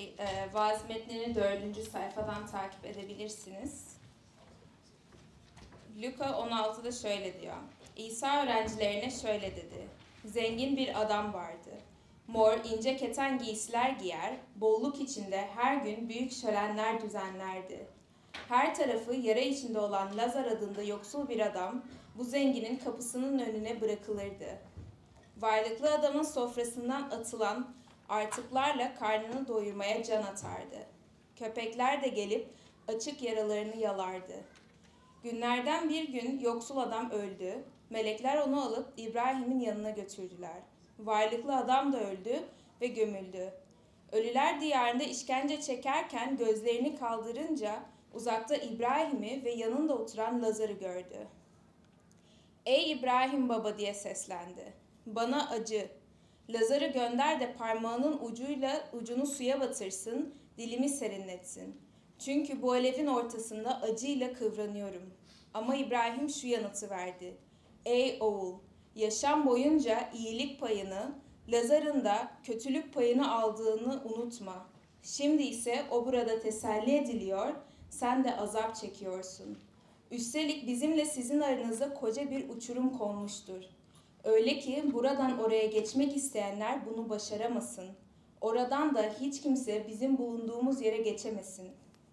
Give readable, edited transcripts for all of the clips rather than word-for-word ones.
vaaz metnini 4. sayfadan takip edebilirsiniz. Luka 16'da şöyle diyor. İsa öğrencilerine şöyle dedi. Zengin bir adam vardı. Mor, ince keten giysiler giyer, bolluk içinde her gün büyük şölenler düzenlerdi. Her tarafı yara içinde olan Lazar adında yoksul bir adam, bu zenginin kapısının önüne bırakılırdı. Varlıklı adamın sofrasından atılan artıklarla karnını doyurmaya can atardı. Köpekler de gelip açık yaralarını yalardı. Günlerden bir gün yoksul adam öldü. Melekler onu alıp İbrahim'in yanına götürdüler. Varlıklı adam da öldü ve gömüldü. Ölüler diyarında işkence çekerken gözlerini kaldırınca uzakta İbrahim'i ve yanında oturan Lazar'ı gördü. "Ey İbrahim baba," diye seslendi. "Bana acı. Lazar'ı gönder de parmağının ucunu suya batırsın, dilimi serinletsin. Çünkü bu alevin ortasında acıyla kıvranıyorum." Ama İbrahim şu yanıtı verdi. "Ey oğul, yaşam boyunca iyilik payını, Lazar'ın da kötülük payını aldığını unutma. Şimdi ise o burada teselli ediliyor, sen de azap çekiyorsun. Üstelik bizimle sizin aranıza koca bir uçurum konmuştur. Öyle ki buradan oraya geçmek isteyenler bunu başaramasın. Oradan da hiç kimse bizim bulunduğumuz yere geçemesin."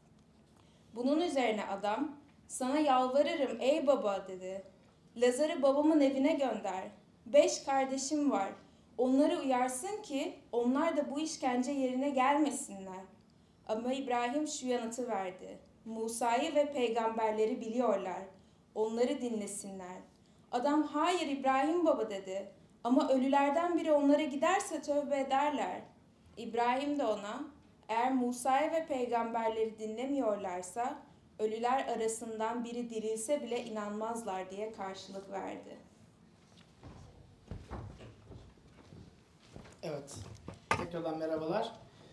Bunun üzerine adam, "Sana yalvarırım ey baba," dedi. "Lazar'ı babamın evine gönder. 5 kardeşim var. Onları uyarsın ki onlar da bu işkence yerine gelmesinler." Ama İbrahim şu yanıtı verdi. "Musa'yı ve peygamberleri biliyorlar. Onları dinlesinler." Adam, "Hayır İbrahim baba," dedi. "Ama ölülerden biri onlara giderse tövbe ederler." İbrahim de ona, "Eğer Musa'yı ve peygamberleri dinlemiyorlarsa ölüler arasından biri dirilse bile inanmazlar," diye karşılık verdi. Evet, tekrardan merhabalar.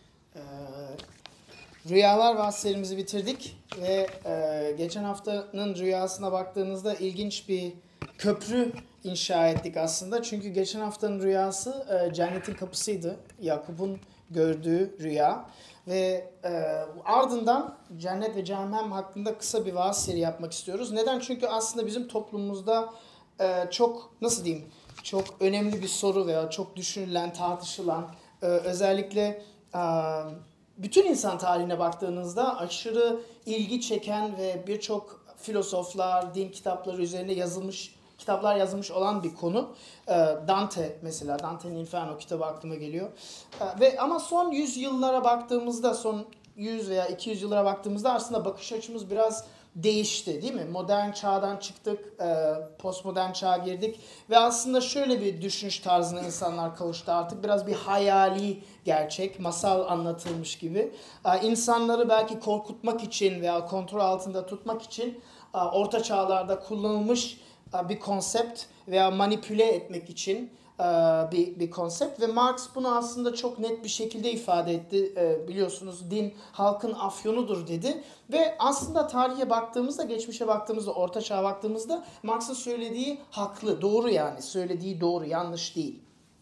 Rüyalar vaaz serimizi bitirdik ve geçen haftanın rüyasına baktığınızda ilginç bir köprü inşa ettik aslında. Çünkü geçen haftanın rüyası cennetin kapısıydı. Yakup'un gördüğü rüya ve ardından cennet ve cehennem hakkında kısa bir vaaz seri yapmak istiyoruz. Neden? Çünkü aslında bizim toplumumuzda çok, nasıl diyeyim, çok önemli bir soru veya çok düşünülen, tartışılan, özellikle bütün insan tarihine baktığınızda aşırı ilgi çeken ve birçok filozoflar, din kitapları üzerine kitaplar yazılmış olan bir konu. Dante mesela, Dante'nin Inferno kitabı aklıma geliyor. Ama son 100 yıllara baktığımızda, son 100 veya 200 yıllara baktığımızda aslında bakış açımız biraz değişti, değil mi? Modern çağdan çıktık, postmodern çağa girdik ve aslında şöyle bir düşünüş tarzına insanlar kavuştu artık. Biraz bir hayali gerçek, masal anlatılmış gibi. İnsanları belki korkutmak için veya kontrol altında tutmak için orta çağlarda kullanılmış bir konsept veya manipüle etmek için bir konsept ve Marx bunu aslında çok net bir şekilde ifade etti. Biliyorsunuz din halkın afyonudur dedi ve aslında tarihe baktığımızda, geçmişe baktığımızda, orta çağa baktığımızda Marx'ın söylediği haklı, doğru yani. Söylediği doğru, yanlış değil.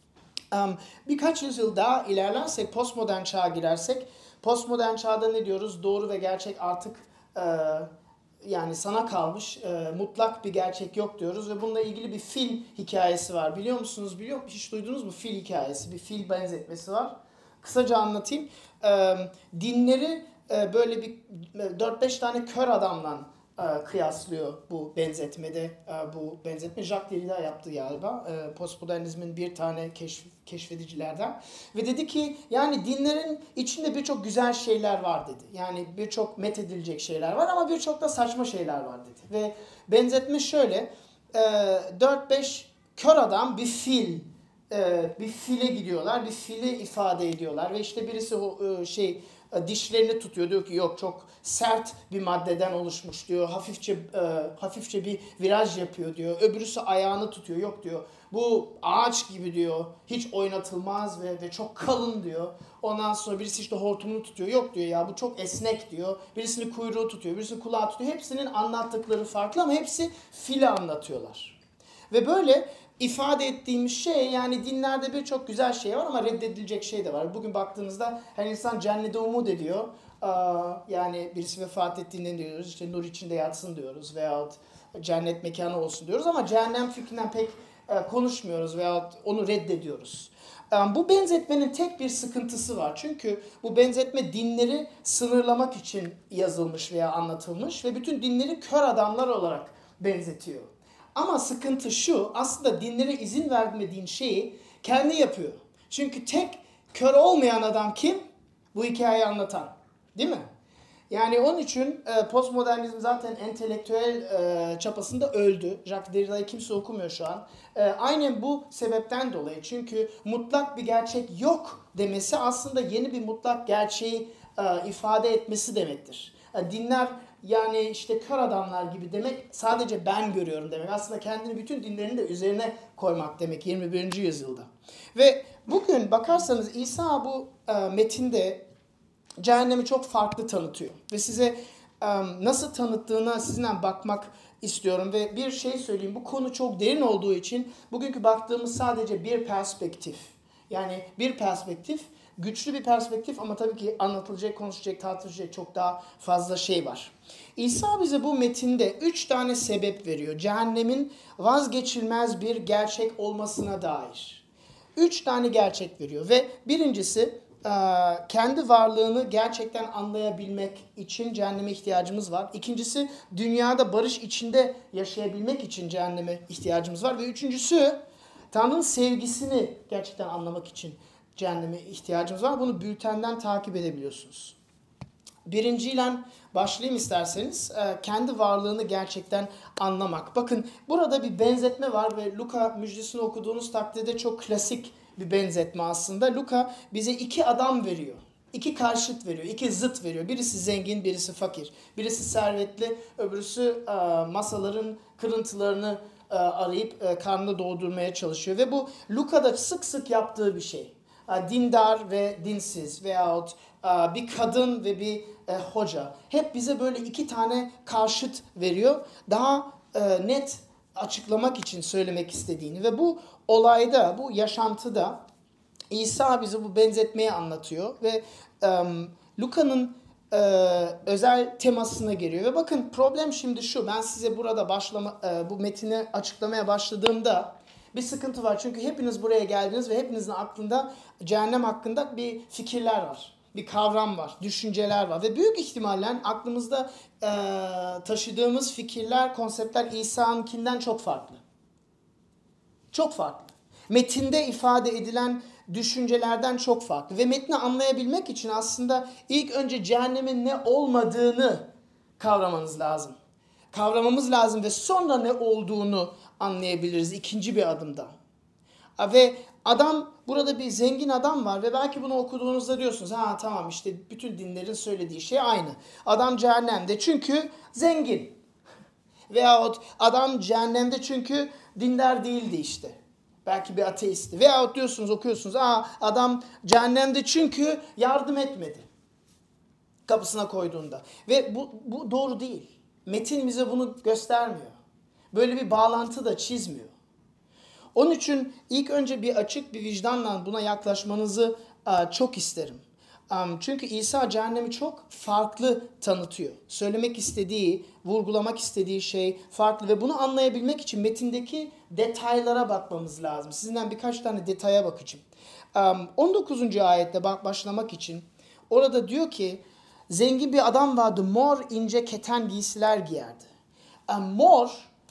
Birkaç yüzyıl daha ilerlersek, postmodern çağa girersek, postmodern çağda ne diyoruz? Doğru ve gerçek artık yani sana kalmış, mutlak bir gerçek yok diyoruz ve bununla ilgili bir fil hikayesi var. Biliyor musunuz? Hiç duydunuz mu fil hikayesi? Bir fil benzetmesi var. Kısaca anlatayım. Dinleri böyle bir 4-5 tane kör adamla kıyaslıyor bu benzetmede. Bu benzetme Jacques Derrida yaptı galiba. Postmodernizmin bir tane keşfedicilerden. Ve dedi ki yani dinlerin içinde birçok güzel şeyler var dedi. Yani birçok methedilecek şeyler var ama birçok da saçma şeyler var dedi. Ve benzetme şöyle. 4-5 kör adam bir file gidiyorlar. Bir fili ifade ediyorlar. Ve işte birisi dişlerini tutuyor. Diyor ki yok çok sert bir maddeden oluşmuş diyor. Hafifçe bir viraj yapıyor diyor. Öbürüsü ayağını tutuyor. Yok diyor. Bu ağaç gibi diyor. Hiç oynatılmaz ve çok kalın diyor. Ondan sonra birisi işte hortumunu tutuyor. Yok diyor ya bu çok esnek diyor. Birisinin kuyruğu tutuyor. Birisinin kulağı tutuyor. Hepsinin anlattıkları farklı ama hepsi fili anlatıyorlar. Ve böyle ifade ettiğimiz şey, yani dinlerde birçok güzel şey var ama reddedilecek şey de var. Bugün baktığınızda her insan cennete umut ediyor. Yani birisi vefat ettiğinde diyoruz işte nur içinde yatsın diyoruz veyahut cennet mekanı olsun diyoruz ama cehennem fikrinden pek konuşmuyoruz veyahut onu reddediyoruz. Bu benzetmenin tek bir sıkıntısı var. Çünkü bu benzetme dinleri sınırlamak için yazılmış veya anlatılmış ve bütün dinleri kör adamlar olarak benzetiyor. Ama sıkıntı şu, aslında dinlere izin vermediğin şeyi kendi yapıyor. Çünkü tek kör olmayan adam kim? Bu hikayeyi anlatan. Değil mi? Yani onun için postmodernizm zaten entelektüel çapasında öldü. Jacques Derrida'yı kimse okumuyor şu an. Aynen bu sebepten dolayı. Çünkü mutlak bir gerçek yok demesi aslında yeni bir mutlak gerçeği ifade etmesi demektir. Dinler yani işte kör adamlar gibi demek sadece ben görüyorum demek. Aslında kendini bütün dinlerin de üzerine koymak demek 21. yüzyılda. Ve bugün bakarsanız İsa bu metinde cehennemi çok farklı tanıtıyor. Ve size nasıl tanıttığına sizinle bakmak istiyorum. Ve bir şey söyleyeyim. Bu konu çok derin olduğu için bugünkü baktığımız sadece bir perspektif. Yani bir perspektif, güçlü bir perspektif ama tabii ki anlatılacak, konuşacak, tartışacak çok daha fazla şey var. İsa bize bu metinde 3 tane sebep veriyor. Cehennemin vazgeçilmez bir gerçek olmasına dair. 3 tane gerçek veriyor ve birincisi kendi varlığını gerçekten anlayabilmek için cehenneme ihtiyacımız var. İkincisi dünyada barış içinde yaşayabilmek için cehenneme ihtiyacımız var. Ve üçüncüsü Tanrı'nın sevgisini gerçekten anlamak için cehenneme ihtiyacımız var. Bunu bültenden takip edebiliyorsunuz. Birinciyle başlayayım isterseniz. Kendi varlığını gerçekten anlamak. Bakın burada bir benzetme var ve Luka müjdesini okuduğunuz takdirde çok klasik bir benzetme aslında. Luka bize 2 adam veriyor. 2 karşıt veriyor, 2 zıt veriyor. Birisi zengin, birisi fakir. Birisi servetli, öbürüsü masaların kırıntılarını arayıp karnını doldurmaya çalışıyor. Ve bu Luka'da sık sık yaptığı bir şey. Dindar ve dinsiz veyahut bir kadın ve bir hoca. Hep bize böyle 2 tane karşıt veriyor. Daha net açıklamak için söylemek istediğini ve bu olayda, bu yaşantıda İsa bize bu benzetmeyi anlatıyor ve Luka'nın özel temasına geliyor. Ve bakın problem şimdi şu, ben size burada bu metini açıklamaya başladığımda bir sıkıntı var. Çünkü hepiniz buraya geldiniz ve hepinizin aklında cehennem hakkında bir fikirler var. Bir kavram var, düşünceler var ve büyük ihtimalle aklımızda taşıdığımız fikirler, konseptler İsa'nınkinden çok farklı. Çok farklı. Metinde ifade edilen düşüncelerden çok farklı. Ve metni anlayabilmek için aslında ilk önce cehennemin ne olmadığını kavramanız lazım. Kavramamız lazım ve sonra ne olduğunu anlayabiliriz ikinci bir adımda. Ve burada bir zengin adam var ve belki bunu okuduğunuzda diyorsunuz ha tamam işte bütün dinlerin söylediği şey aynı. Adam cehennemde çünkü zengin. Veyahut adam cehennemde çünkü dindar değildi işte. Belki bir ateisti. Veyahut diyorsunuz, okuyorsunuz. Adam cehennemde çünkü yardım etmedi. Kapısına koyduğunda. Ve bu doğru değil. Metin bize bunu göstermiyor. Böyle bir bağlantı da çizmiyor. Onun için ilk önce bir açık bir vicdanla buna yaklaşmanızı çok isterim. Çünkü İsa cehennemi çok farklı tanıtıyor. Söylemek istediği, vurgulamak istediği şey farklı ve bunu anlayabilmek için metindeki detaylara bakmamız lazım. Sizinden birkaç tane detaya bakacağım. 19. ayette başlamak için orada diyor ki zengin bir adam vardı, mor ince keten giysiler giyerdi. Mor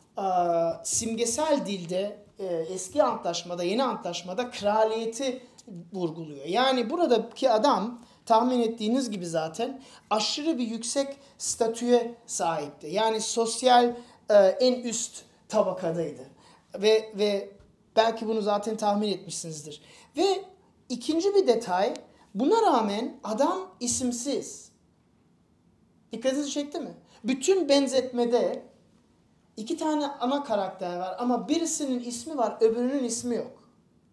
simgesel dilde eski antlaşmada, yeni antlaşmada kraliyeti vurguluyor. Yani buradaki adam tahmin ettiğiniz gibi zaten aşırı bir yüksek statüye sahipti. Yani sosyal en üst tabakadaydı. Ve belki bunu zaten tahmin etmişsinizdir. Ve ikinci bir detay, buna rağmen adam isimsiz. Dikkatinizi çekti mi? Bütün benzetmede 2 tane ana karakter var ama birisinin ismi var, öbürünün ismi yok.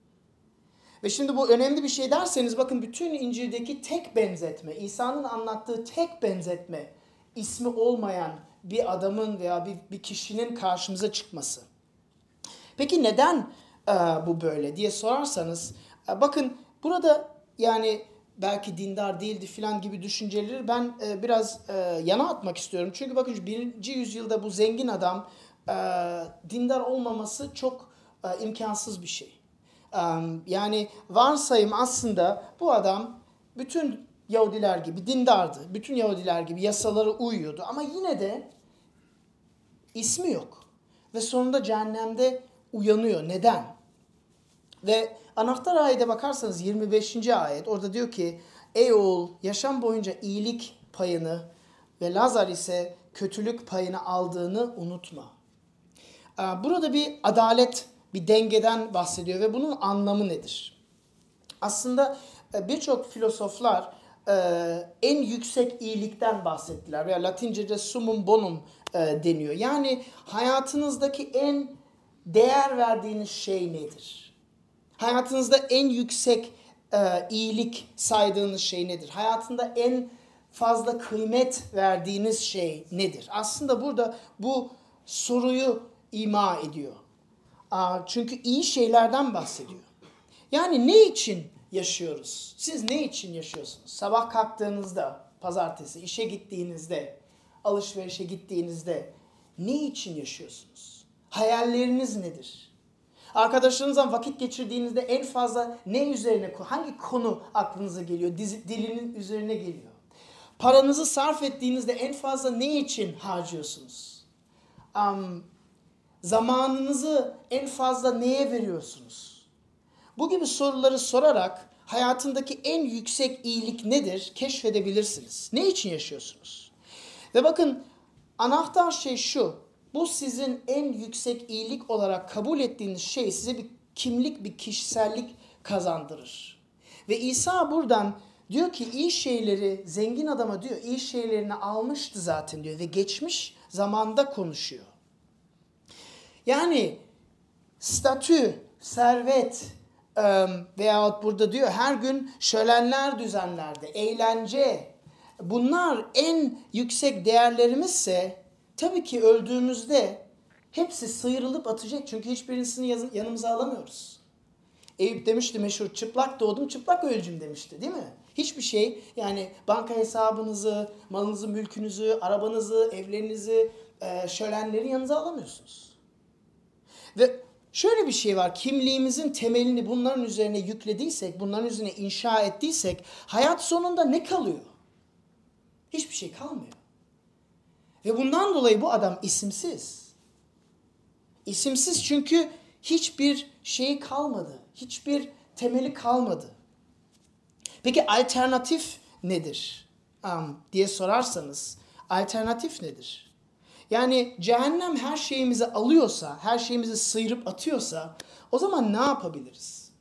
Ve şimdi bu önemli bir şey derseniz bakın bütün İncil'deki tek benzetme, İsa'nın anlattığı tek benzetme ismi olmayan bir adamın veya bir kişinin karşımıza çıkması. Peki neden bu böyle diye sorarsanız, bakın burada yani belki dindar değildi falan gibi düşünceleri ben biraz yana atmak istiyorum. Çünkü bakın 1. yüzyılda bu zengin adam dindar olmaması çok imkansız bir şey. Yani varsayım aslında bu adam bütün Yahudiler gibi dindardı. Bütün Yahudiler gibi yasalara uyuyordu. Ama yine de ismi yok. Ve sonunda cehennemde uyanıyor. Neden? Ve anahtar ayete bakarsanız 25. ayet orada diyor ki ey oğul yaşam boyunca iyilik payını ve Lazar ise kötülük payını aldığını unutma. Burada bir adalet, bir dengeden bahsediyor ve bunun anlamı nedir? Aslında birçok filozoflar en yüksek iyilikten bahsettiler. Veya Latince'de summum bonum deniyor. Yani hayatınızdaki en değer verdiğiniz şey nedir? Hayatınızda en yüksek iyilik saydığınız şey nedir? Hayatında en fazla kıymet verdiğiniz şey nedir? Aslında burada bu soruyu ima ediyor. Çünkü iyi şeylerden bahsediyor. Yani ne için yaşıyoruz? Siz ne için yaşıyorsunuz? Sabah kalktığınızda, pazartesi, işe gittiğinizde, alışverişe gittiğinizde ne için yaşıyorsunuz? Hayalleriniz nedir? Arkadaşlarınızla vakit geçirdiğinizde en fazla ne üzerine, hangi konu aklınıza geliyor? Dilinin üzerine geliyor. Paranızı sarf ettiğinizde en fazla ne için harcıyorsunuz? Zamanınızı en fazla neye veriyorsunuz? Bu gibi soruları sorarak hayatındaki en yüksek iyilik nedir keşfedebilirsiniz. Ne için yaşıyorsunuz? Ve bakın anahtar şey şu. Bu sizin en yüksek iyilik olarak kabul ettiğiniz şey size bir kimlik, bir kişisellik kazandırır. Ve İsa buradan diyor ki iyi şeyleri, zengin adama diyor iyi şeylerini almıştı zaten diyor ve geçmiş zamanda konuşuyor. Yani statü, servet veyahut burada diyor her gün şölenler düzenlerde, eğlence bunlar en yüksek değerlerimizse tabii ki öldüğümüzde hepsi sıyrılıp atacak. Çünkü hiçbirisini yanımıza alamıyoruz. Eyüp demişti meşhur çıplak doğdum çıplak öleceğim demişti değil mi? Hiçbir şey yani banka hesabınızı, malınızı, mülkünüzü, arabanızı, evlerinizi, şölenleri yanınıza alamıyorsunuz. Ve şöyle bir şey var, kimliğimizin temelini bunların üzerine yüklediysek, bunların üzerine inşa ettiysek hayat sonunda ne kalıyor? Hiçbir şey kalmıyor. Ve bundan dolayı bu adam isimsiz. İsimsiz çünkü hiçbir şey kalmadı. Hiçbir temeli kalmadı. Peki alternatif nedir? Diye sorarsanız alternatif nedir? Yani cehennem her şeyimizi alıyorsa, her şeyimizi sıyırıp atıyorsa o zaman ne yapabiliriz?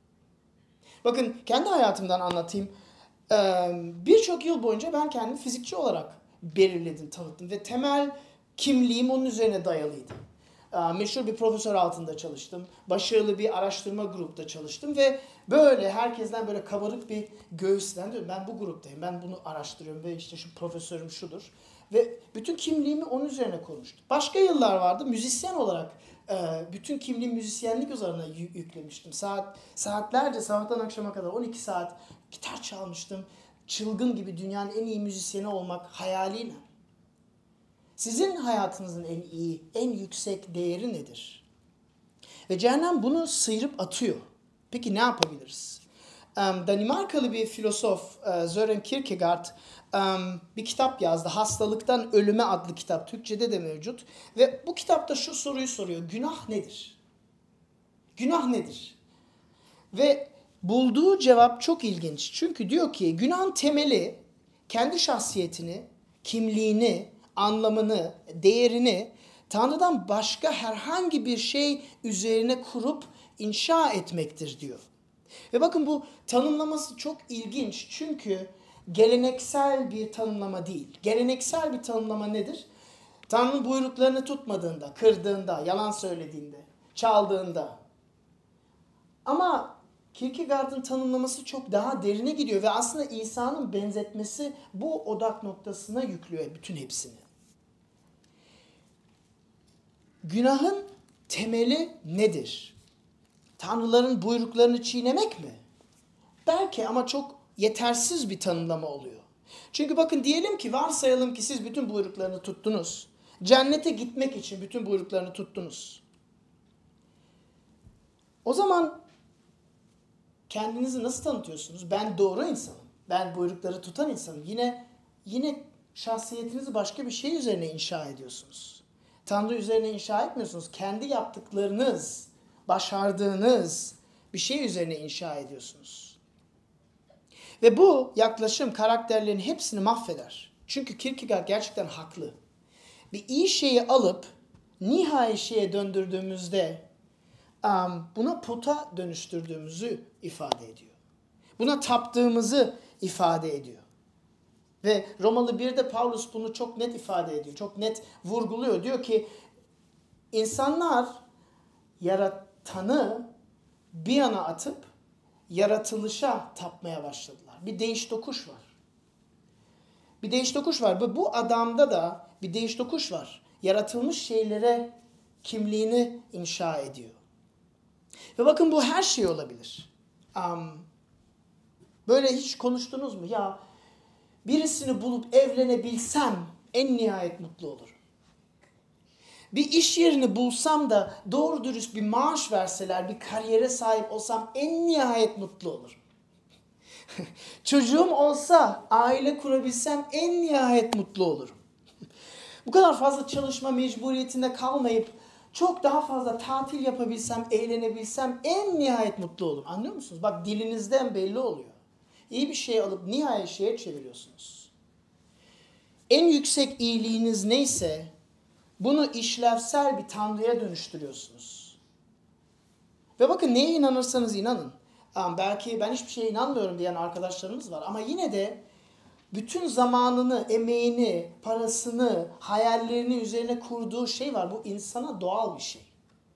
Bakın kendi hayatımdan anlatayım. Birçok yıl boyunca ben kendimi fizikçi olarak belirledim, tanıttım ve temel kimliğim onun üzerine dayalıydı. Meşhur bir profesör altında çalıştım. Başarılı bir araştırma grupta çalıştım ve böyle herkesten böyle kabarık bir göğüsten diyorum ben bu gruptayım, ben bunu araştırıyorum ve işte şu profesörüm şudur. Ve bütün kimliğimi onun üzerine konuştum. Başka yıllar vardı müzisyen olarak bütün kimliğimi müzisyenlik üzerine yüklemiştim. Saatlerce sabahtan akşama kadar 12 saat gitar çalmıştım. Çılgın gibi dünyanın en iyi müzisyeni olmak hayaliyle. Sizin hayatınızın en iyi, en yüksek değeri nedir? Ve cehennem bunu sıyırıp atıyor. Peki ne yapabiliriz? Danimarkalı bir filozof Søren Kierkegaard bir kitap yazdı. Hastalıktan Ölüme adlı kitap. Türkçe'de de mevcut. Ve bu kitapta şu soruyu soruyor. Günah nedir? Günah nedir? Ve bulduğu cevap çok ilginç. Çünkü diyor ki günahın temeli kendi şahsiyetini, kimliğini, anlamını, değerini Tanrı'dan başka herhangi bir şey üzerine kurup inşa etmektir diyor. Ve bakın bu tanımlaması çok ilginç çünkü geleneksel bir tanımlama değil. Geleneksel bir tanımlama nedir? Tanrı'nın buyruklarını tutmadığında, kırdığında, yalan söylediğinde, çaldığında. Ama Kierkegaard'ın tanımlaması çok daha derine gidiyor ve aslında İsa'nın benzetmesi bu odak noktasına yüklüyor bütün hepsini. Günahın temeli nedir? Tanrıların buyruklarını çiğnemek mi? Belki ama çok yetersiz bir tanımlama oluyor. Çünkü bakın diyelim ki varsayalım ki siz bütün buyruklarını tuttunuz. Cennete gitmek için bütün buyruklarını tuttunuz. O zaman kendinizi nasıl tanıtıyorsunuz? Ben doğru insanım. Ben buyrukları tutan insanım. Yine şahsiyetinizi başka bir şey üzerine inşa ediyorsunuz. Tanrı üzerine inşa etmiyorsunuz. Kendi yaptıklarınız, başardığınız bir şey üzerine inşa ediyorsunuz. Ve bu yaklaşım karakterlerin hepsini mahveder. Çünkü Kierkegaard gerçekten haklı. Bir iyi şeyi alıp nihai şeye döndürdüğümüzde buna puta dönüştürdüğümüzü ifade ediyor. Buna taptığımızı ifade ediyor. Ve Romalı 1'de Paulus bunu çok net ifade ediyor. Çok net vurguluyor. Diyor ki insanlar yaratanı bir yana atıp yaratılışa tapmaya başladılar. Bir değiş tokuş var. Bir değiş tokuş var. Bu adamda da bir değiş tokuş var. Yaratılmış şeylere kimliğini inşa ediyor. Ve bakın bu her şey olabilir. Böyle hiç konuştunuz mu? Ya birisini bulup evlenebilsem en nihayet mutlu olurum. Bir iş yerini bulsam da doğru dürüst bir maaş verseler, bir kariyere sahip olsam en nihayet mutlu olurum. Çocuğum olsa, aile kurabilsem en nihayet mutlu olurum. Bu kadar fazla çalışma mecburiyetinde kalmayıp çok daha fazla tatil yapabilsem, eğlenebilsem en nihayet mutlu olurum. Anlıyor musunuz? Bak dilinizden belli oluyor. İyi bir şey alıp nihai şeye çeviriyorsunuz. En yüksek iyiliğiniz neyse bunu işlevsel bir tanrıya dönüştürüyorsunuz. Ve bakın neye inanırsanız inanın. Belki ben hiçbir şeye inanmıyorum diyen arkadaşlarımız var. Ama yine de bütün zamanını, emeğini, parasını, hayallerini üzerine kurduğu şey var. Bu insana doğal bir şey.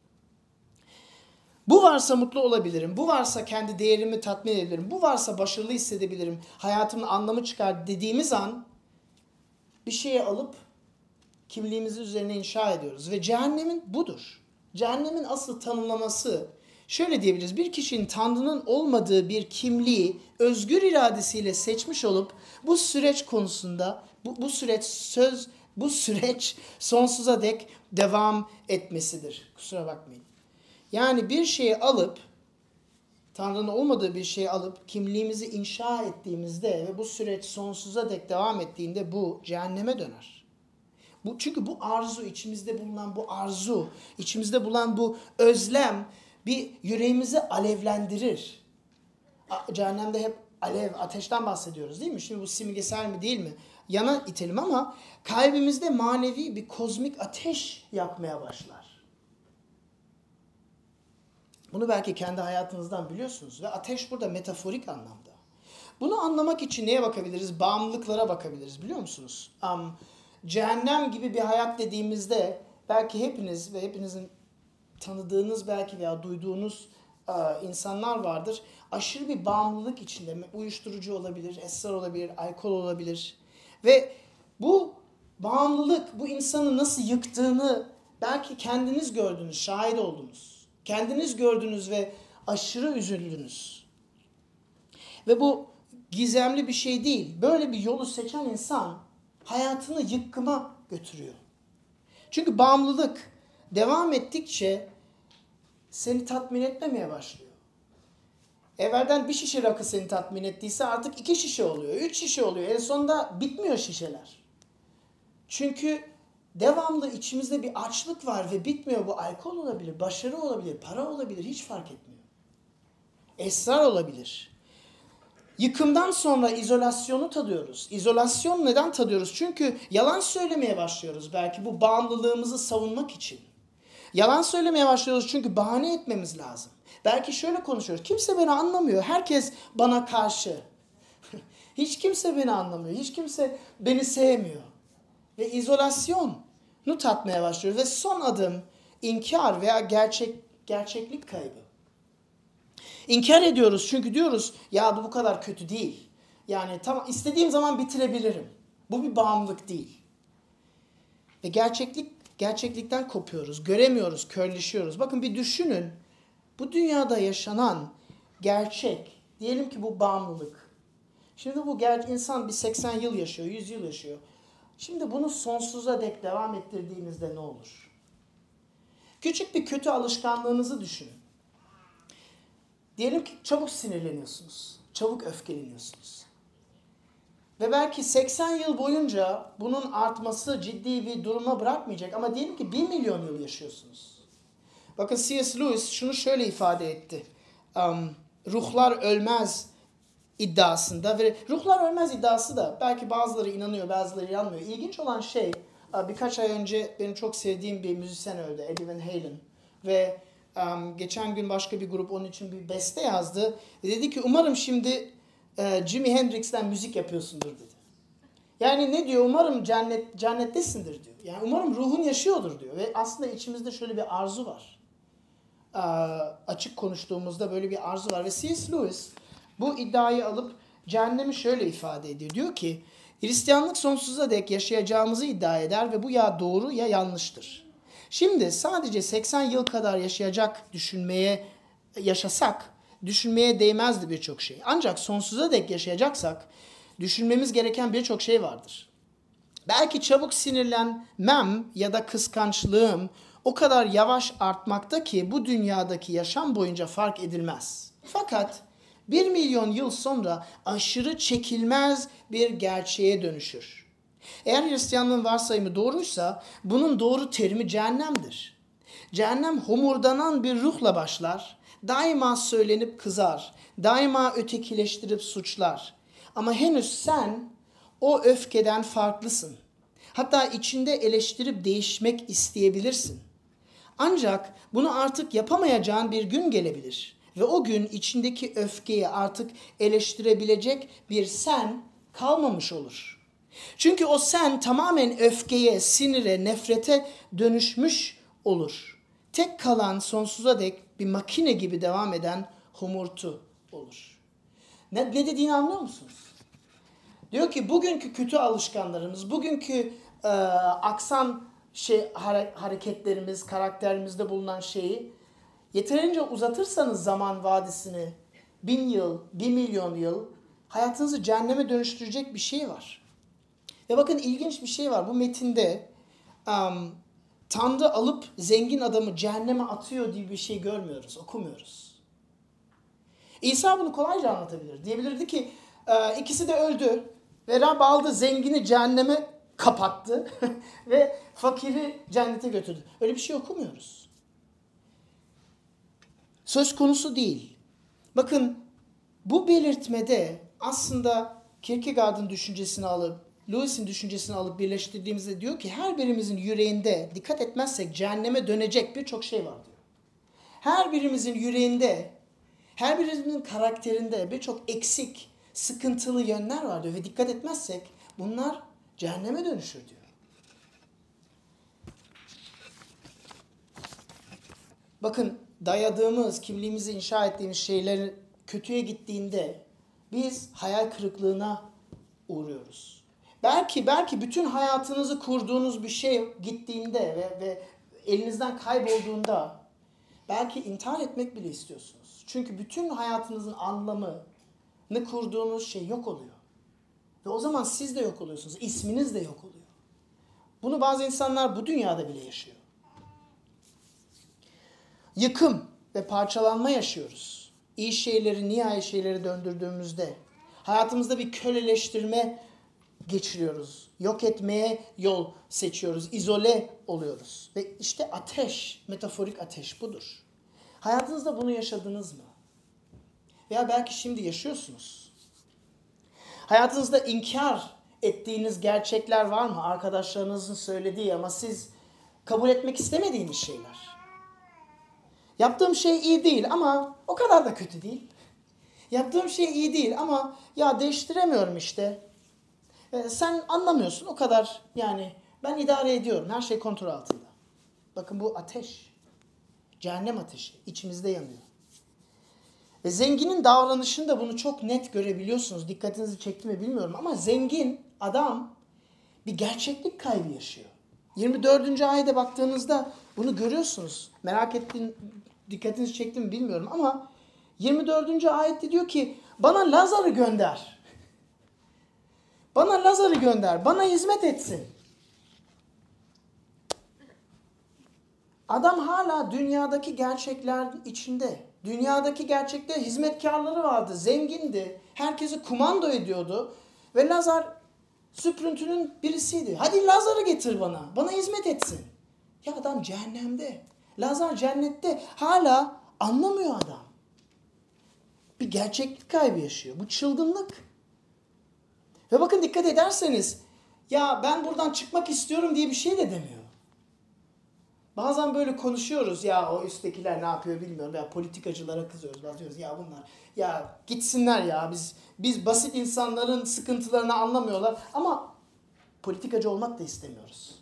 Bu varsa mutlu olabilirim. Bu varsa kendi değerimi tatmin edebilirim. Bu varsa başarılı hissedebilirim. Hayatımın anlamı çıkar dediğimiz an bir şeye alıp kimliğimizi üzerine inşa ediyoruz. Ve cehennemin budur. Cehennemin asıl tanımlaması şöyle diyebiliriz. Bir kişinin Tanrı'nın olmadığı bir kimliği özgür iradesiyle seçmiş olup bu süreç konusunda bu süreç sonsuza dek devam etmesidir. Kusura bakmayın. Yani bir şeyi alıp Tanrı'nın olmadığı bir şeyi alıp kimliğimizi inşa ettiğimizde ve bu süreç sonsuza dek devam ettiğinde bu cehenneme döner. Çünkü bu arzu, içimizde bulunan bu arzu, içimizde bulunan bu özlem bir yüreğimizi alevlendirir. Cehennemde hep alev, ateşten bahsediyoruz değil mi? Şimdi bu simgesel mi değil mi? Yana itelim ama kalbimizde manevi bir kozmik ateş yakmaya başlar. Bunu belki kendi hayatınızdan biliyorsunuz ve ateş burada metaforik anlamda. Bunu anlamak için neye bakabiliriz? Bağımlılıklara bakabiliriz biliyor musunuz? Cehennem gibi bir hayat dediğimizde belki hepiniz ve hepinizin tanıdığınız belki veya duyduğunuz insanlar vardır. Aşırı bir bağımlılık içinde. Uyuşturucu olabilir, esrar olabilir, alkol olabilir. Ve bu bağımlılık bu insanı nasıl yıktığını belki kendiniz gördünüz, şahit oldunuz. Kendiniz gördünüz ve aşırı üzüldünüz. Ve bu gizemli bir şey değil. Böyle bir yolu seçen insan hayatını yıkıma götürüyor. Çünkü bağımlılık devam ettikçe seni tatmin etmemeye başlıyor. Evvelden bir şişe rakı seni tatmin ettiyse artık 2 şişe oluyor, 3 şişe oluyor. En sonunda bitmiyor şişeler. Çünkü devamlı içimizde bir açlık var ve bitmiyor. Bu alkol olabilir, başarı olabilir, para olabilir, hiç fark etmiyor. Esrar olabilir. Yıkımdan sonra izolasyonu tadıyoruz. İzolasyon neden tadıyoruz? Çünkü yalan söylemeye başlıyoruz belki bu bağımlılığımızı savunmak için. Yalan söylemeye başlıyoruz çünkü bahane etmemiz lazım. Belki şöyle konuşuyoruz. Kimse beni anlamıyor. Herkes bana karşı. Hiç kimse beni anlamıyor. Hiç kimse beni sevmiyor. Ve izolasyonu tatmaya başlıyoruz. Ve son adım inkar veya gerçeklik kaybı. İnkar ediyoruz çünkü diyoruz ya bu kadar kötü değil. Yani tamam istediğim zaman bitirebilirim. Bu bir bağımlılık değil. Ve gerçeklik gerçeklikten kopuyoruz, göremiyoruz, körleşiyoruz. Bakın bir düşünün, bu dünyada yaşanan gerçek, diyelim ki bu bağımlılık. Şimdi bu insan bir 80 yıl yaşıyor, 100 yıl yaşıyor. Şimdi bunu sonsuza dek devam ettirdiğinizde ne olur? Küçük bir kötü alışkanlığınızı düşünün. Diyelim ki çabuk sinirleniyorsunuz, çabuk öfkeleniyorsunuz. Ve belki 80 yıl boyunca bunun artması ciddi bir duruma bırakmayacak ama diyelim ki 1 milyon yıl yaşıyorsunuz. Bakın C.S. Lewis şunu şöyle ifade etti. Ruhlar ölmez iddiasında ve ruhlar ölmez iddiası da belki bazıları inanıyor, bazıları inanmıyor. İlginç olan şey, birkaç ay önce benim çok sevdiğim bir müzisyen öldü, Eddie Van Halen. Ve geçen gün başka bir grup onun için bir beste yazdı. Ve dedi ki umarım şimdi Jimi Hendrix'ten müzik yapıyorsundur dedi. Yani ne diyor? Umarım cennettesindir diyor. Yani umarım ruhun yaşıyordur diyor. Ve aslında içimizde şöyle bir arzu var. Açık konuştuğumuzda böyle bir arzu var. Ve C.S. Lewis bu iddiayı alıp cehennemi şöyle ifade ediyor. Diyor ki Hristiyanlık sonsuza dek yaşayacağımızı iddia eder ve bu ya doğru ya yanlıştır. Şimdi sadece 80 yıl kadar yaşasak düşünmeye değmezdi birçok şey. Ancak sonsuza dek yaşayacaksak düşünmemiz gereken birçok şey vardır. Belki çabuk sinirlenmem ya da kıskançlığım o kadar yavaş artmakta ki bu dünyadaki yaşam boyunca fark edilmez. Fakat 1 milyon yıl sonra aşırı çekilmez bir gerçeğe dönüşür. Eğer Hristiyanlığın varsayımı doğruysa bunun doğru terimi cehennemdir. Cehennem homurdanan bir ruhla başlar, daima söylenip kızar, daima ötekileştirip suçlar. Ama henüz sen o öfkeden farklısın. Hatta içinde eleştirip değişmek isteyebilirsin. Ancak bunu artık yapamayacağın bir gün gelebilir. Ve o gün içindeki öfkeyi artık eleştirebilecek bir sen kalmamış olur. Çünkü o sen tamamen öfkeye, sinire, nefrete dönüşmüş olur. Tek kalan sonsuza dek bir makine gibi devam eden homurtu olur. Ne dediğini anlıyor musunuz? Diyor ki bugünkü kötü alışkanlarımız, bugünkü aksan hareketlerimiz, karakterimizde bulunan şeyi yeterince uzatırsanız zaman vadisini 1000 yıl, 1 milyon yıl hayatınızı cehenneme dönüştürecek bir şey var. Ve bakın ilginç bir şey var. Bu metinde Tanrı alıp zengin adamı cehenneme atıyor diye bir şey görmüyoruz, okumuyoruz. İsa bunu kolayca anlatabilir. Diyebilirdi ki ikisi de öldü ve Rab aldı zengini cehenneme kapattı ve fakiri cennete götürdü. Öyle bir şey okumuyoruz. Söz konusu değil. Bakın bu belirtmede aslında Kierkegaard'ın düşüncesini alıp, Lewis'in düşüncesini alıp birleştirdiğimizde diyor ki her birimizin yüreğinde dikkat etmezsek cehenneme dönecek birçok şey var diyor. Her birimizin yüreğinde, her birimizin karakterinde birçok eksik, sıkıntılı yönler var diyor ve dikkat etmezsek bunlar cehenneme dönüşür diyor. Bakın dayadığımız, kimliğimizi inşa ettiğimiz şeylerin kötüye gittiğinde biz hayal kırıklığına uğruyoruz. Belki bütün hayatınızı kurduğunuz bir şey gittiğinde ve elinizden kaybolduğunda belki intihar etmek bile istiyorsunuz. Çünkü bütün hayatınızın anlamını kurduğunuz şey yok oluyor. Ve o zaman siz de yok oluyorsunuz. İsminiz de yok oluyor. Bunu bazı insanlar bu dünyada bile yaşıyor. Yıkım ve parçalanma yaşıyoruz. İyi şeyleri, nihai şeyleri döndürdüğümüzde hayatımızda bir köleleştirme geçiriyoruz. Yok etmeye yol seçiyoruz. İzole oluyoruz. Ve işte ateş, metaforik ateş budur. Hayatınızda bunu yaşadınız mı? Veya belki şimdi yaşıyorsunuz. Hayatınızda inkar ettiğiniz gerçekler var mı? Arkadaşlarınızın söylediği ama siz kabul etmek istemediğiniz şeyler. Yaptığım şey iyi değil ama o kadar da kötü değil. Yaptığım şey iyi değil ama ya değiştiremiyorum işte. Sen anlamıyorsun o kadar yani ben idare ediyorum. Her şey kontrol altında. Bakın bu ateş. Cehennem ateşi. İçimizde yanıyor. Ve zenginin davranışında bunu çok net görebiliyorsunuz. Dikkatinizi çekti mi bilmiyorum ama zengin adam bir gerçeklik kaybı yaşıyor. 24. ayete baktığınızda bunu görüyorsunuz. Merak ettiğin, dikkatinizi çekti mi bilmiyorum ama 24. ayette diyor ki bana Lazar'ı gönder. Bana Lazar'ı gönder. Bana hizmet etsin. Adam hala dünyadaki gerçekler içinde. Dünyadaki gerçekte hizmetkarları vardı. Zengindi. Herkesi kumando ediyordu. Ve Lazar süprüntünün birisiydi. Hadi Lazar'ı getir bana. Bana hizmet etsin. Ya adam cehennemde. Lazar cennette. Hala anlamıyor adam. Bir gerçeklik kaybı yaşıyor. Bu çılgınlık. Ve bakın dikkat ederseniz ya ben buradan çıkmak istiyorum diye bir şey de demiyor. Bazen böyle konuşuyoruz ya o üsttekiler ne yapıyor bilmiyorum ya politikacılara kızıyoruz. Diyoruz ya bunlar ya gitsinler ya biz basit insanların sıkıntılarını anlamıyorlar ama politikacı olmak da istemiyoruz.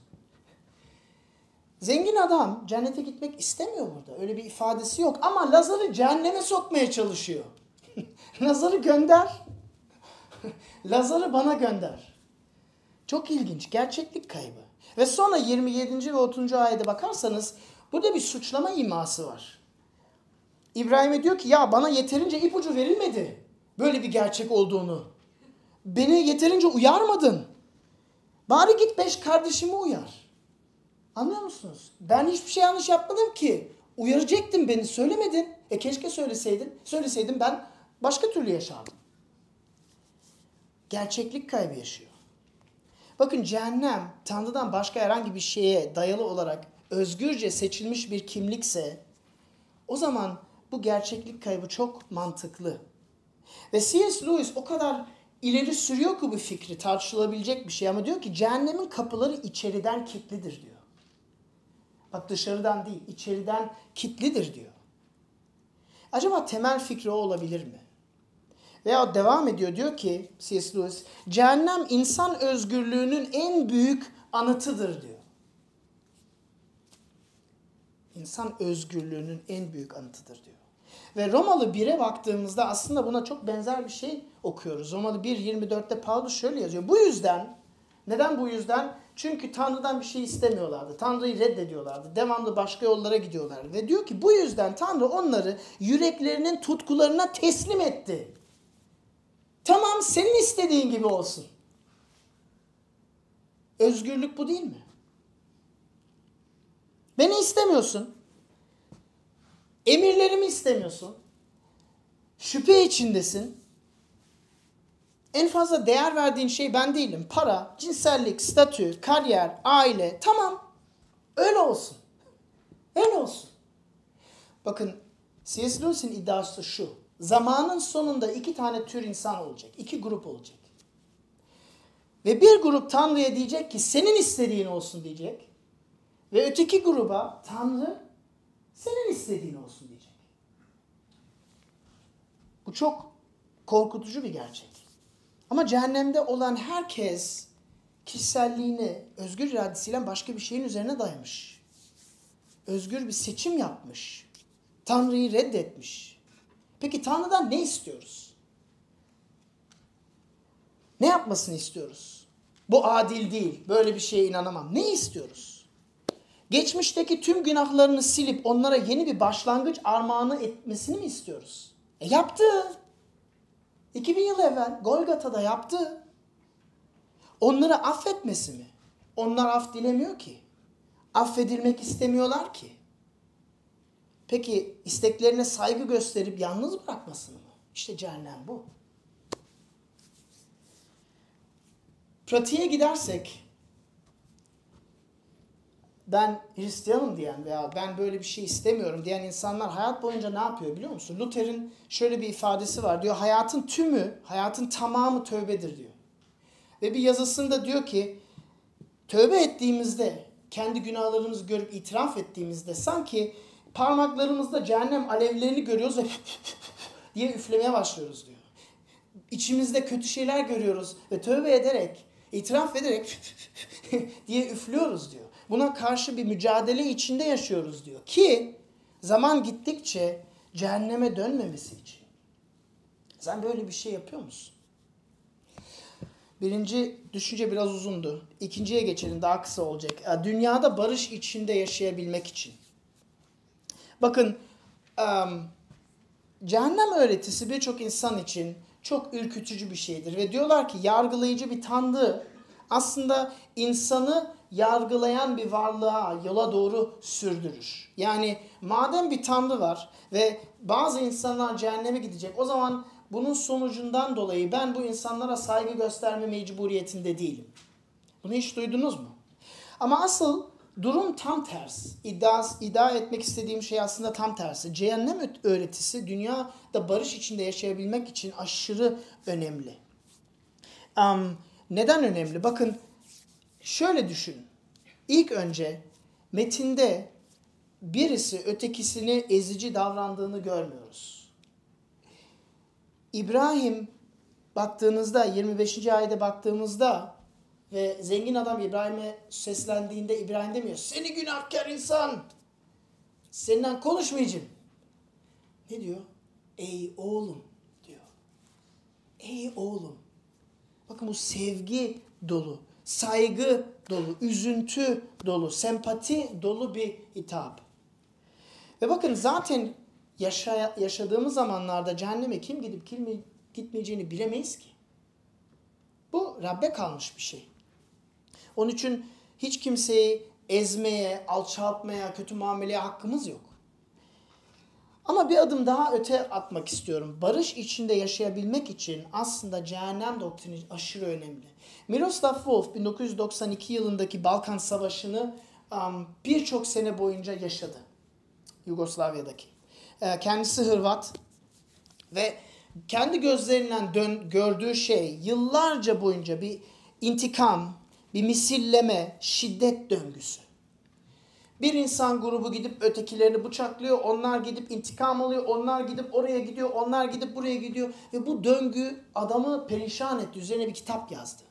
Zengin adam cennete gitmek istemiyor burada. Öyle bir ifadesi yok ama Lazar'ı cehenneme sokmaya çalışıyor. Lazar'ı gönder. Lazar'ı bana gönder. Çok ilginç. Gerçeklik kaybı. Ve sonra 27. ve 30. ayete bakarsanız burada bir suçlama iması var. İbrahim'e diyor ki ya bana yeterince ipucu verilmedi. Böyle bir gerçek olduğunu. Beni yeterince uyarmadın. Bari git 5 kardeşimi uyar. Anlıyor musunuz? Ben hiçbir şey yanlış yapmadım ki. Uyaracaktın beni söylemedin. Keşke söyleseydin. Söyleseydim ben başka türlü yaşardım. Gerçeklik kaybı yaşıyor. Bakın cehennem Tanrı'dan başka herhangi bir şeye dayalı olarak özgürce seçilmiş bir kimlikse o zaman bu gerçeklik kaybı çok mantıklı. Ve C.S. Lewis o kadar ileri sürüyor ki bu fikri tartışılabilecek bir şey ama diyor ki cehennemin kapıları içeriden kilitlidir diyor. Bak dışarıdan değil içeriden kilitlidir diyor. Acaba temel fikri o olabilir mi? Veya devam ediyor diyor ki C.S. Lewis, cehennem insan özgürlüğünün en büyük anıtıdır diyor. İnsan özgürlüğünün en büyük anıtıdır diyor. Ve Romalı 1'e baktığımızda aslında buna çok benzer bir şey okuyoruz. Romalı 1.24'te Paulus şöyle yazıyor. Bu yüzden, neden bu yüzden? Çünkü Tanrı'dan bir şey istemiyorlardı. Tanrı'yı reddediyorlardı. Devamlı başka yollara gidiyorlardı. Ve diyor ki bu yüzden Tanrı onları yüreklerinin tutkularına teslim etti. Tamam senin istediğin gibi olsun. Özgürlük bu değil mi? Beni istemiyorsun. Emirlerimi istemiyorsun. Şüphe içindesin. En fazla değer verdiğin şey ben değilim. Para, cinsellik, statü, kariyer, aile. Tamam. Öyle olsun. Öyle olsun. Bakın C.S. Lewis'in iddiası şu. Zamanın sonunda 2 tane tür insan olacak. 2 grup olacak. Ve bir grup Tanrı'ya diyecek ki senin istediğin olsun diyecek. Ve öteki gruba Tanrı senin istediğin olsun diyecek. Bu çok korkutucu bir gerçek. Ama cehennemde olan herkes kişiselliğini özgür iradesiyle başka bir şeyin üzerine dayamış. Özgür bir seçim yapmış. Tanrı'yı reddetmiş. Peki Tanrı'dan ne istiyoruz? Ne yapmasını istiyoruz? Bu adil değil. Böyle bir şeye inanamam. Ne istiyoruz? Geçmişteki tüm günahlarını silip onlara yeni bir başlangıç armağanı etmesini mi istiyoruz? Yaptı. 2000 yıl evvel Golgata'da yaptı. Onları affetmesi mi? Onlar af dilemiyor ki. Affedilmek istemiyorlar ki. Peki isteklerine saygı gösterip yalnız bırakmasını mı? İşte cehennem bu. Pratiğe gidersek ben Hristiyanım diyen veya ben böyle bir şey istemiyorum diyen insanlar hayat boyunca ne yapıyor biliyor musun? Luther'in şöyle bir ifadesi var. Diyor hayatın tümü, hayatın tamamı tövbedir diyor. Ve bir yazısında diyor ki tövbe ettiğimizde, kendi günahlarımızı görüp itiraf ettiğimizde sanki parmaklarımızda cehennem alevlerini görüyoruz ve diye üflemeye başlıyoruz diyor. İçimizde kötü şeyler görüyoruz ve tövbe ederek, itiraf ederek diye üflüyoruz diyor. Buna karşı bir mücadele içinde yaşıyoruz diyor. Ki zaman gittikçe cehenneme dönmemesi için. Sen böyle bir şey yapıyor musun? Birinci düşünce biraz uzundu. İkinciye geçelim, daha kısa olacak. Dünyada barış içinde yaşayabilmek için. Bakın, cehennem öğretisi birçok insan için çok ürkütücü bir şeydir. Ve diyorlar ki yargılayıcı bir Tanrı aslında insanı yargılayan bir varlığa, yola doğru sürdürür. Yani madem bir Tanrı var ve bazı insanlar cehenneme gidecek, o zaman bunun sonucundan dolayı ben bu insanlara saygı gösterme mecburiyetinde değilim. Bunu hiç duydunuz mu? Ama asıl durum tam tersi. İddia etmek istediğim şey aslında tam tersi. Cehennem öğretisi dünyada barış içinde yaşayabilmek için aşırı önemli. Neden önemli? Bakın şöyle düşünün. İlk önce metinde birisi ötekisini ezici davrandığını görmüyoruz. İbrahim baktığınızda 25. ayete baktığımızda ve zengin adam İbrahim'e seslendiğinde İbrahim demiyor. Seni günahkar insan. Seninle konuşmayacağım. Ne diyor? Ey oğlum diyor. Ey oğlum. Bakın bu sevgi dolu, saygı dolu, üzüntü dolu, sempati dolu bir hitap. Ve bakın zaten yaşadığımız zamanlarda cehenneme kim gidip kim gitmeyeceğini bilemeyiz ki. Bu Rabbe kalmış bir şey. Onun için hiç kimseyi ezmeye, alçaltmaya, kötü muameleye hakkımız yok. Ama bir adım daha öte atmak istiyorum. Barış içinde yaşayabilmek için aslında cehennem doktrini aşırı önemli. Miroslav Volf 1992 yılındaki Balkan Savaşı'nı birçok sene boyunca yaşadı. Yugoslavya'daki. Kendisi Hırvat ve kendi gözlerinden gördüğü şey yıllarca boyunca bir intikam, bir misilleme, şiddet döngüsü. Bir insan grubu gidip ötekilerini bıçaklıyor, onlar gidip intikam alıyor, onlar gidip oraya gidiyor, onlar gidip buraya gidiyor. Ve bu döngü adamı perişan etti, üzerine bir kitap yazdı.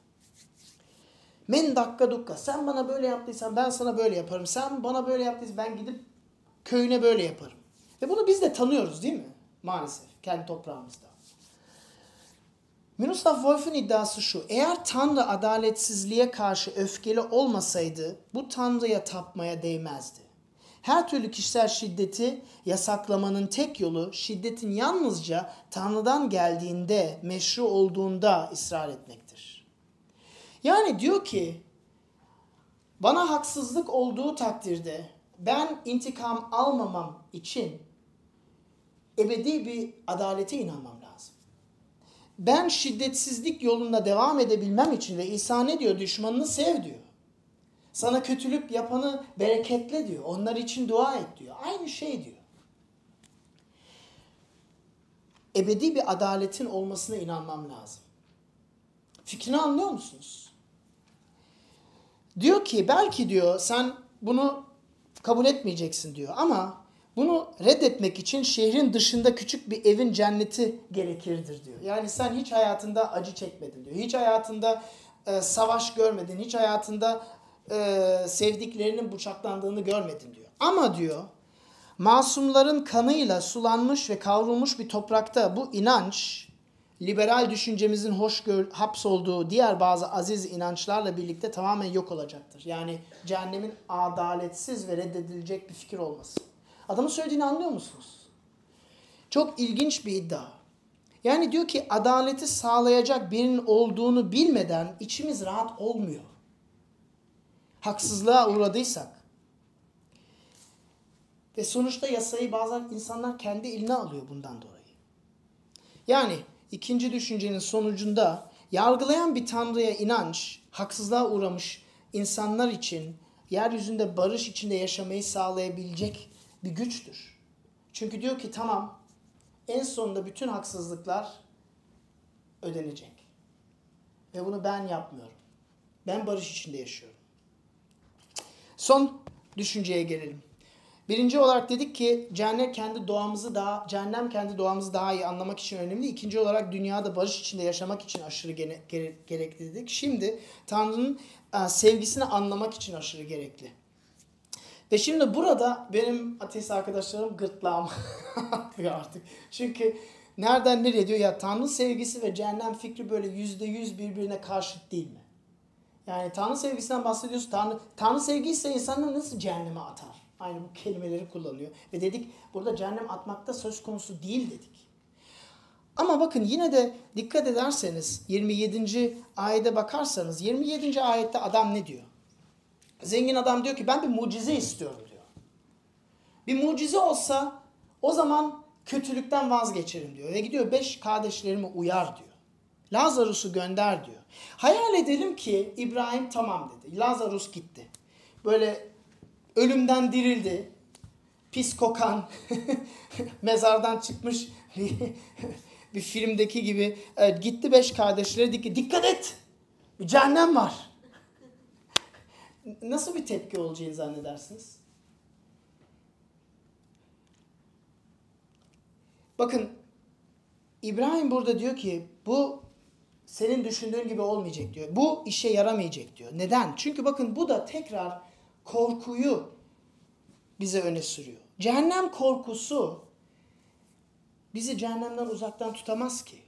Men dakika dukka, sen bana böyle yaptıysan ben sana böyle yaparım, sen bana böyle yaptıysan ben gidip köyüne böyle yaparım. Ve bunu biz de tanıyoruz değil mi? Maalesef, kendi toprağımızda. Miroslav Volf'un iddiası şu: eğer Tanrı adaletsizliğe karşı öfkeli olmasaydı bu Tanrı'ya tapmaya değmezdi. Her türlü kişisel şiddeti yasaklamanın tek yolu şiddetin yalnızca Tanrı'dan geldiğinde, meşru olduğunda ısrar etmektir. Yani diyor ki bana haksızlık olduğu takdirde ben intikam almamam için ebedi bir adalete inanmam lazım. Ben şiddetsizlik yolunda devam edebilmem için ve İsa ne diyor? Düşmanını sev diyor. Sana kötülük yapanı bereketle diyor. Onlar için dua et diyor. Aynı şey diyor. Ebedi bir adaletin olmasına inanmam lazım. Fikrini anlıyor musunuz? Diyor ki belki diyor sen bunu kabul etmeyeceksin diyor ama bunu reddetmek için şehrin dışında küçük bir evin cenneti gerekirdir diyor. Yani sen hiç hayatında acı çekmedin diyor. Hiç hayatında savaş görmedin. Hiç hayatında sevdiklerinin bıçaklandığını görmedin diyor. Ama diyor masumların kanıyla sulanmış ve kavrulmuş bir toprakta bu inanç liberal düşüncemizin hapsolduğu diğer bazı aziz inançlarla birlikte tamamen yok olacaktır. Yani cehennemin adaletsiz ve reddedilecek bir fikir olması. Adamın söylediğini anlıyor musunuz? Çok ilginç bir iddia. Yani diyor ki adaleti sağlayacak birinin olduğunu bilmeden içimiz rahat olmuyor. Haksızlığa uğradıysak. Ve sonuçta yasayı bazen insanlar kendi eline alıyor bundan dolayı. Yani ikinci düşüncenin sonucunda yargılayan bir Tanrı'ya inanç, haksızlığa uğramış insanlar için yeryüzünde barış içinde yaşamayı sağlayabilecek bir güçtür. Çünkü diyor ki tamam, en sonunda bütün haksızlıklar ödenecek. Ve bunu ben yapmıyorum. Ben barış içinde yaşıyorum. Son düşünceye gelelim. Birinci olarak dedik ki cehennem kendi doğamızı daha iyi anlamak için önemli. İkinci olarak dünyada barış içinde yaşamak için aşırı gerekli dedik. Şimdi Tanrı'nın sevgisini anlamak için aşırı gerekli. Ve şimdi burada benim ateist arkadaşlarım gırtlağım atıyor artık. Çünkü nereden nereye diyor ya, Tanrı sevgisi ve cehennem fikri böyle %100 birbirine karşıt değil mi? Yani Tanrı sevgisinden bahsediyoruz. Tanrı sevgiyse insanları nasıl cehenneme atar? Aynı bu kelimeleri kullanıyor. Ve dedik burada cehennem atmakta söz konusu değil dedik. Ama bakın yine de dikkat ederseniz 27. ayete bakarsanız 27. ayette adam ne diyor? Zengin adam diyor ki ben bir mucize istiyorum diyor. Bir mucize olsa o zaman kötülükten vazgeçerim diyor. Ve gidiyor 5 kardeşlerimi uyar diyor. Lazarus'u gönder diyor. Hayal edelim ki İbrahim tamam dedi. Lazarus gitti. Böyle ölümden dirildi. Pis kokan, mezardan çıkmış bir filmdeki gibi gitti 5 kardeşlere dedi ki dikkat et. Bir cehennem var. Nasıl bir tepki olacağını zannedersiniz? Bakın İbrahim burada diyor ki bu senin düşündüğün gibi olmayacak diyor. Bu işe yaramayacak diyor. Neden? Çünkü bakın bu da tekrar korkuyu bize öne sürüyor. Cehennem korkusu bizi cehennemden uzaktan tutamaz ki.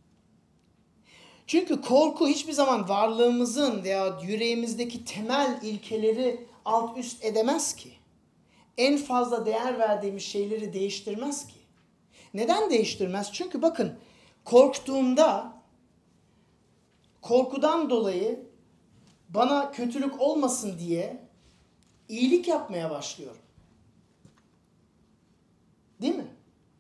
Çünkü korku hiçbir zaman varlığımızın veya yüreğimizdeki temel ilkeleri alt üst edemez ki. En fazla değer verdiğimiz şeyleri değiştirmez ki. Neden değiştirmez? Çünkü bakın korktuğumda korkudan dolayı bana kötülük olmasın diye iyilik yapmaya başlıyorum. Değil mi?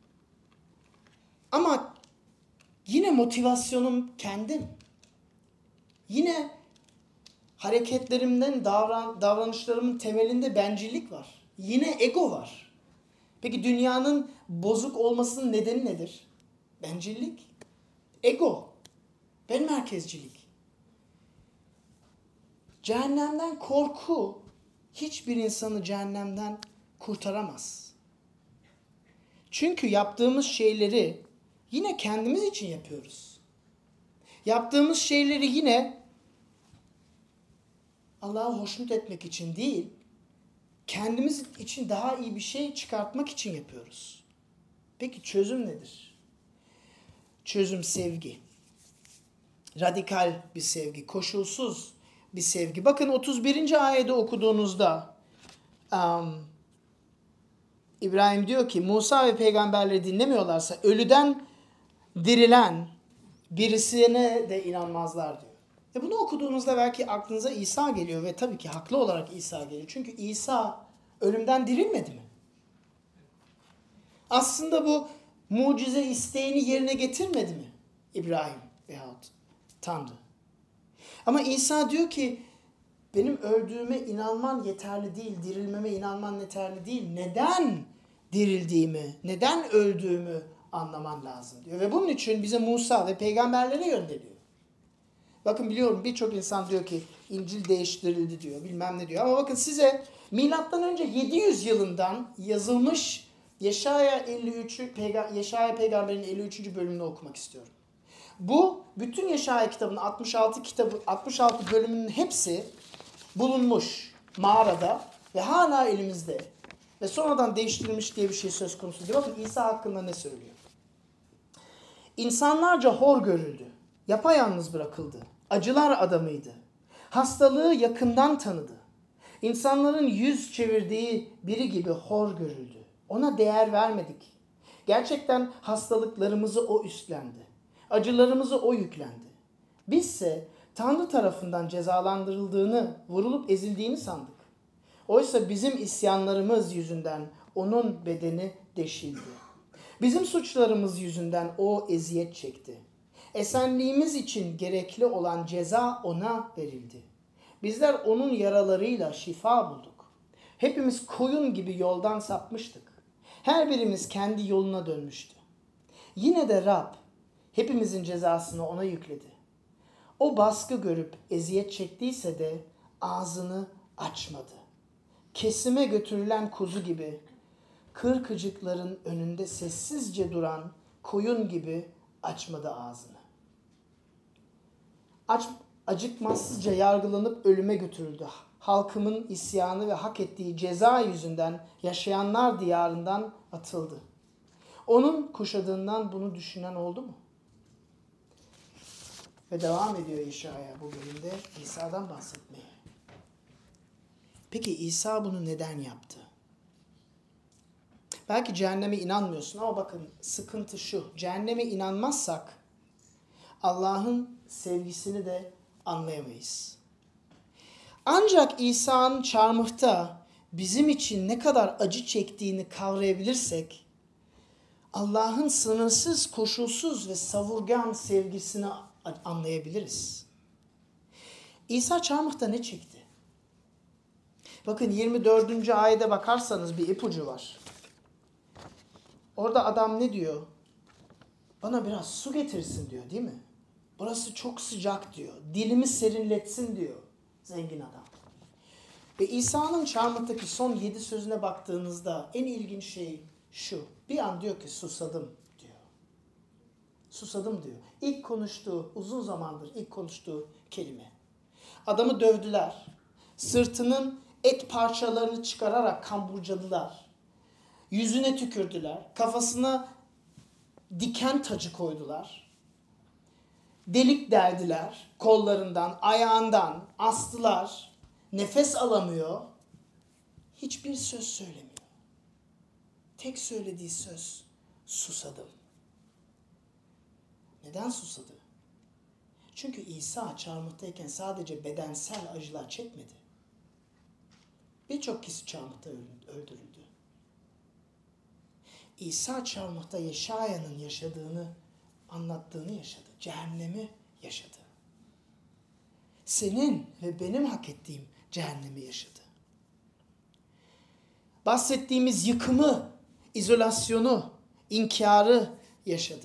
Ama yine motivasyonum kendim. Yine hareketlerimden, davranışlarımın temelinde bencillik var. Yine ego var. Peki dünyanın bozuk olmasının nedeni nedir? Bencillik, ego, ben merkezcilik. Cehennemden korku hiçbir insanı cehennemden kurtaramaz. Çünkü yaptığımız şeyleri yine kendimiz için yapıyoruz. Yaptığımız şeyleri yine Allah'ı hoşnut etmek için değil, kendimiz için daha iyi bir şey çıkartmak için yapıyoruz. Peki çözüm nedir? Çözüm sevgi. Radikal bir sevgi, koşulsuz bir sevgi. Bakın 31. ayette okuduğunuzda İbrahim diyor ki Musa ve peygamberleri dinlemiyorlarsa ölüden dirilen birisine de inanmazlar diyor. Bunu okuduğunuzda belki aklınıza İsa geliyor ve tabii ki haklı olarak İsa geliyor. Çünkü İsa ölümden dirilmedi mi? Aslında bu mucize isteğini yerine getirmedi mi İbrahim veyahut Tanrı? Ama İsa diyor ki benim öldüğüme inanman yeterli değil, dirilmeme inanman yeterli değil. Neden dirildiğimi, neden öldüğümü anlaman lazım diyor. Ve bunun için bize Musa ve peygamberlere gönderiyor. Bakın biliyorum birçok insan diyor ki İncil değiştirildi diyor, bilmem ne diyor. Ama bakın size milattan önce 700 yılından yazılmış Yeşaya peygamberin 53. bölümünü okumak istiyorum. Bu bütün Yeşaya kitabının 66 bölümünün hepsi bulunmuş mağarada ve hala elimizde. Ve sonradan değiştirilmiş diye bir şey söz konusu değil. Bakın İsa hakkında ne söylüyor? İnsanlarca hor görüldü. Yapayalnız bırakıldı. Acılar adamıydı. Hastalığı yakından tanıdı. İnsanların yüz çevirdiği biri gibi hor görüldü. Ona değer vermedik. Gerçekten hastalıklarımızı o üstlendi. Acılarımızı o yüklendi. Bizse Tanrı tarafından cezalandırıldığını, vurulup ezildiğini sandık. Oysa bizim isyanlarımız yüzünden onun bedeni deşildi. Bizim suçlarımız yüzünden o eziyet çekti. Esenliğimiz için gerekli olan ceza ona verildi. Bizler onun yaralarıyla şifa bulduk. Hepimiz koyun gibi yoldan sapmıştık. Her birimiz kendi yoluna dönmüştü. Yine de Rab hepimizin cezasını ona yükledi. O baskı görüp eziyet çektiyse de ağzını açmadı. Kesime götürülen kuzu gibi, kırkıcıkların önünde sessizce duran koyun gibi açmadı ağzını. Acıkmazsızca yargılanıp ölüme götürüldü. Halkımın isyanı ve hak ettiği ceza yüzünden yaşayanlar diyarından atıldı. Onun kuşadığından bunu düşünen oldu mu? Ve devam ediyor İşaya bu bölümde İsa'dan bahsetmeye. Peki İsa bunu neden yaptı? Belki cehenneme inanmıyorsun ama bakın sıkıntı şu. Cehenneme inanmazsak Allah'ın sevgisini de anlayamayız. Ancak İsa'nın çarmıhta bizim için ne kadar acı çektiğini kavrayabilirsek Allah'ın sınırsız, koşulsuz ve savurgan sevgisini anlayabiliriz. İsa çarmıhta ne çekti? Bakın 24. ayete bakarsanız bir ipucu var. Orada adam ne diyor? Bana biraz su getirsin diyor, değil mi? Burası çok sıcak diyor. Dilimi serinletsin diyor zengin adam. Ve İsa'nın çarmıhtaki son 7 sözüne baktığınızda en ilginç şey şu. Bir an diyor ki susadım diyor. Susadım diyor. İlk konuştuğu, uzun zamandır ilk konuştuğu kelime. Adamı dövdüler. Sırtının et parçalarını çıkararak kamburcaladılar. Yüzüne tükürdüler. Kafasına diken tacı koydular. Delik deldiler. Kollarından, ayağından astılar. Nefes alamıyor. Hiçbir söz söylemiyor. Tek söylediği söz susadım. Neden susadı? Çünkü İsa çarmıhtayken sadece bedensel acılar çekmedi. Birçok kişi çarmıhta öldürüldü. İsa çarmıhta Yeşaya'nın yaşadığını, anlattığını yaşadı. Cehennemi yaşadı. Senin ve benim hak ettiğim cehennemi yaşadı. Bahsettiğimiz yıkımı, izolasyonu, inkarı yaşadı.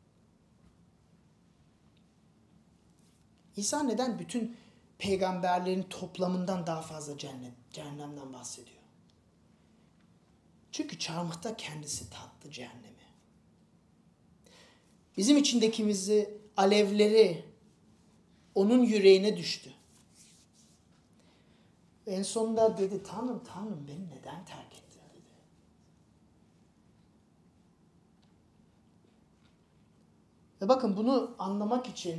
İsa neden bütün peygamberlerin toplamından daha fazla cehennemden bahsediyor? Çünkü çarmıhta kendisi tattı cehennemi. Bizim içindekimizi, alevleri onun yüreğine düştü. Ve en sonunda dedi, Tanrım beni neden terk ettin dedi. Ve bakın bunu anlamak için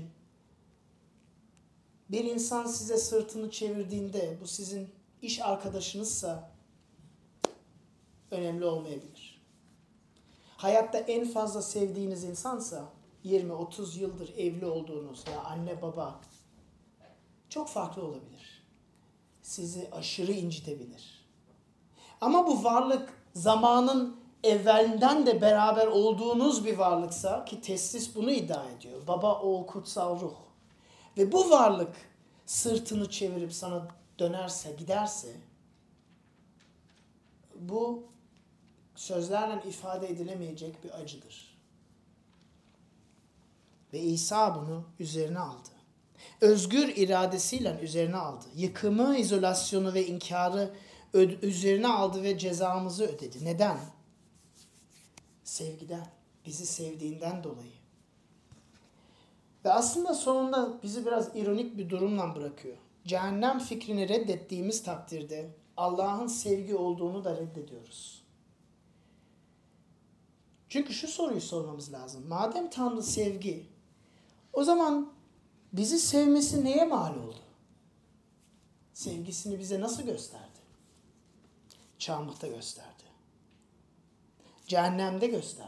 bir insan size sırtını çevirdiğinde bu sizin iş arkadaşınızsa önemli olmayabilir. Hayatta en fazla sevdiğiniz insansa 20-30 yıldır evli olduğunuz ya anne baba çok farklı olabilir. Sizi aşırı incitebilir. Ama bu varlık zamanın evvelinden de beraber olduğunuz bir varlıksa ki testis bunu iddia ediyor. Baba, oğul, kutsal ruh. Ve bu varlık sırtını çevirip sana dönerse, giderse bu sözlerle ifade edilemeyecek bir acıdır. Ve İsa bunu üzerine aldı. Özgür iradesiyle üzerine aldı. Yıkımı, izolasyonu ve inkarı üzerine aldı ve cezamızı ödedi. Neden? Sevgiden. Bizi sevdiğinden dolayı. Ve aslında sonunda bizi biraz ironik bir durumla bırakıyor. Cehennem fikrini reddettiğimiz takdirde Allah'ın sevgi olduğunu da reddediyoruz. Çünkü şu soruyu sormamız lazım. Madem Tanrı sevgi, o zaman bizi sevmesi neye mal oldu? Sevgisini bize nasıl gösterdi? Çarmıhta gösterdi. Cehennemde gösterdi.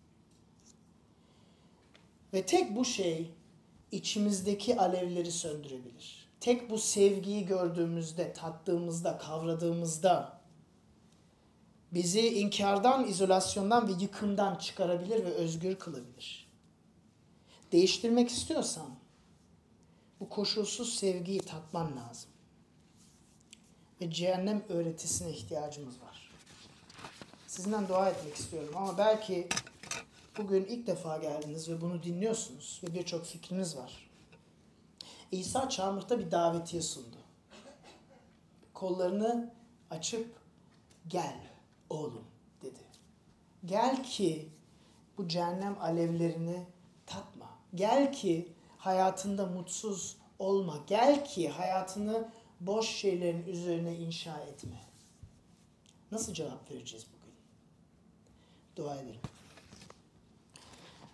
Ve tek bu şey içimizdeki alevleri söndürebilir. Tek bu sevgiyi gördüğümüzde, tattığımızda, kavradığımızda bizi inkardan, izolasyondan ve yıkımdan çıkarabilir ve özgür kılabilir. Değiştirmek istiyorsan bu koşulsuz sevgiyi tatman lazım. Ve cehennem öğretisine ihtiyacımız var. Sizinden dua etmek istiyorum ama belki bugün ilk defa geldiniz ve bunu dinliyorsunuz ve birçok fikriniz var. İsa çarmıhta bir davetiye sundu. Kollarını açıp gel oğlum dedi. Gel ki bu cehennem alevlerini tatma. Gel ki hayatında mutsuz olma. Gel ki hayatını boş şeylerin üzerine inşa etme. Nasıl cevap vereceğiz bugün? Dua edelim.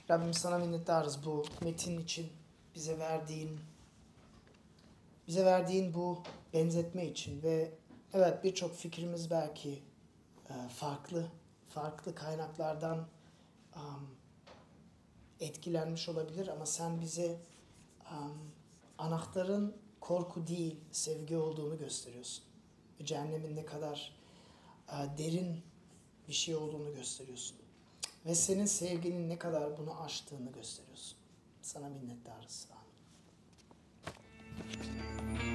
Rabbim sana minnettarız bu metin için, bize verdiğin bu benzetme için ve evet birçok fikrimiz belki farklı kaynaklardan etkilenmiş olabilir ama sen bize anahtarın korku değil sevgi olduğunu gösteriyorsun. Cehennemin ne kadar derin bir şey olduğunu gösteriyorsun. Ve senin sevginin ne kadar bunu aştığını gösteriyorsun. Sana minnettarız. Amin.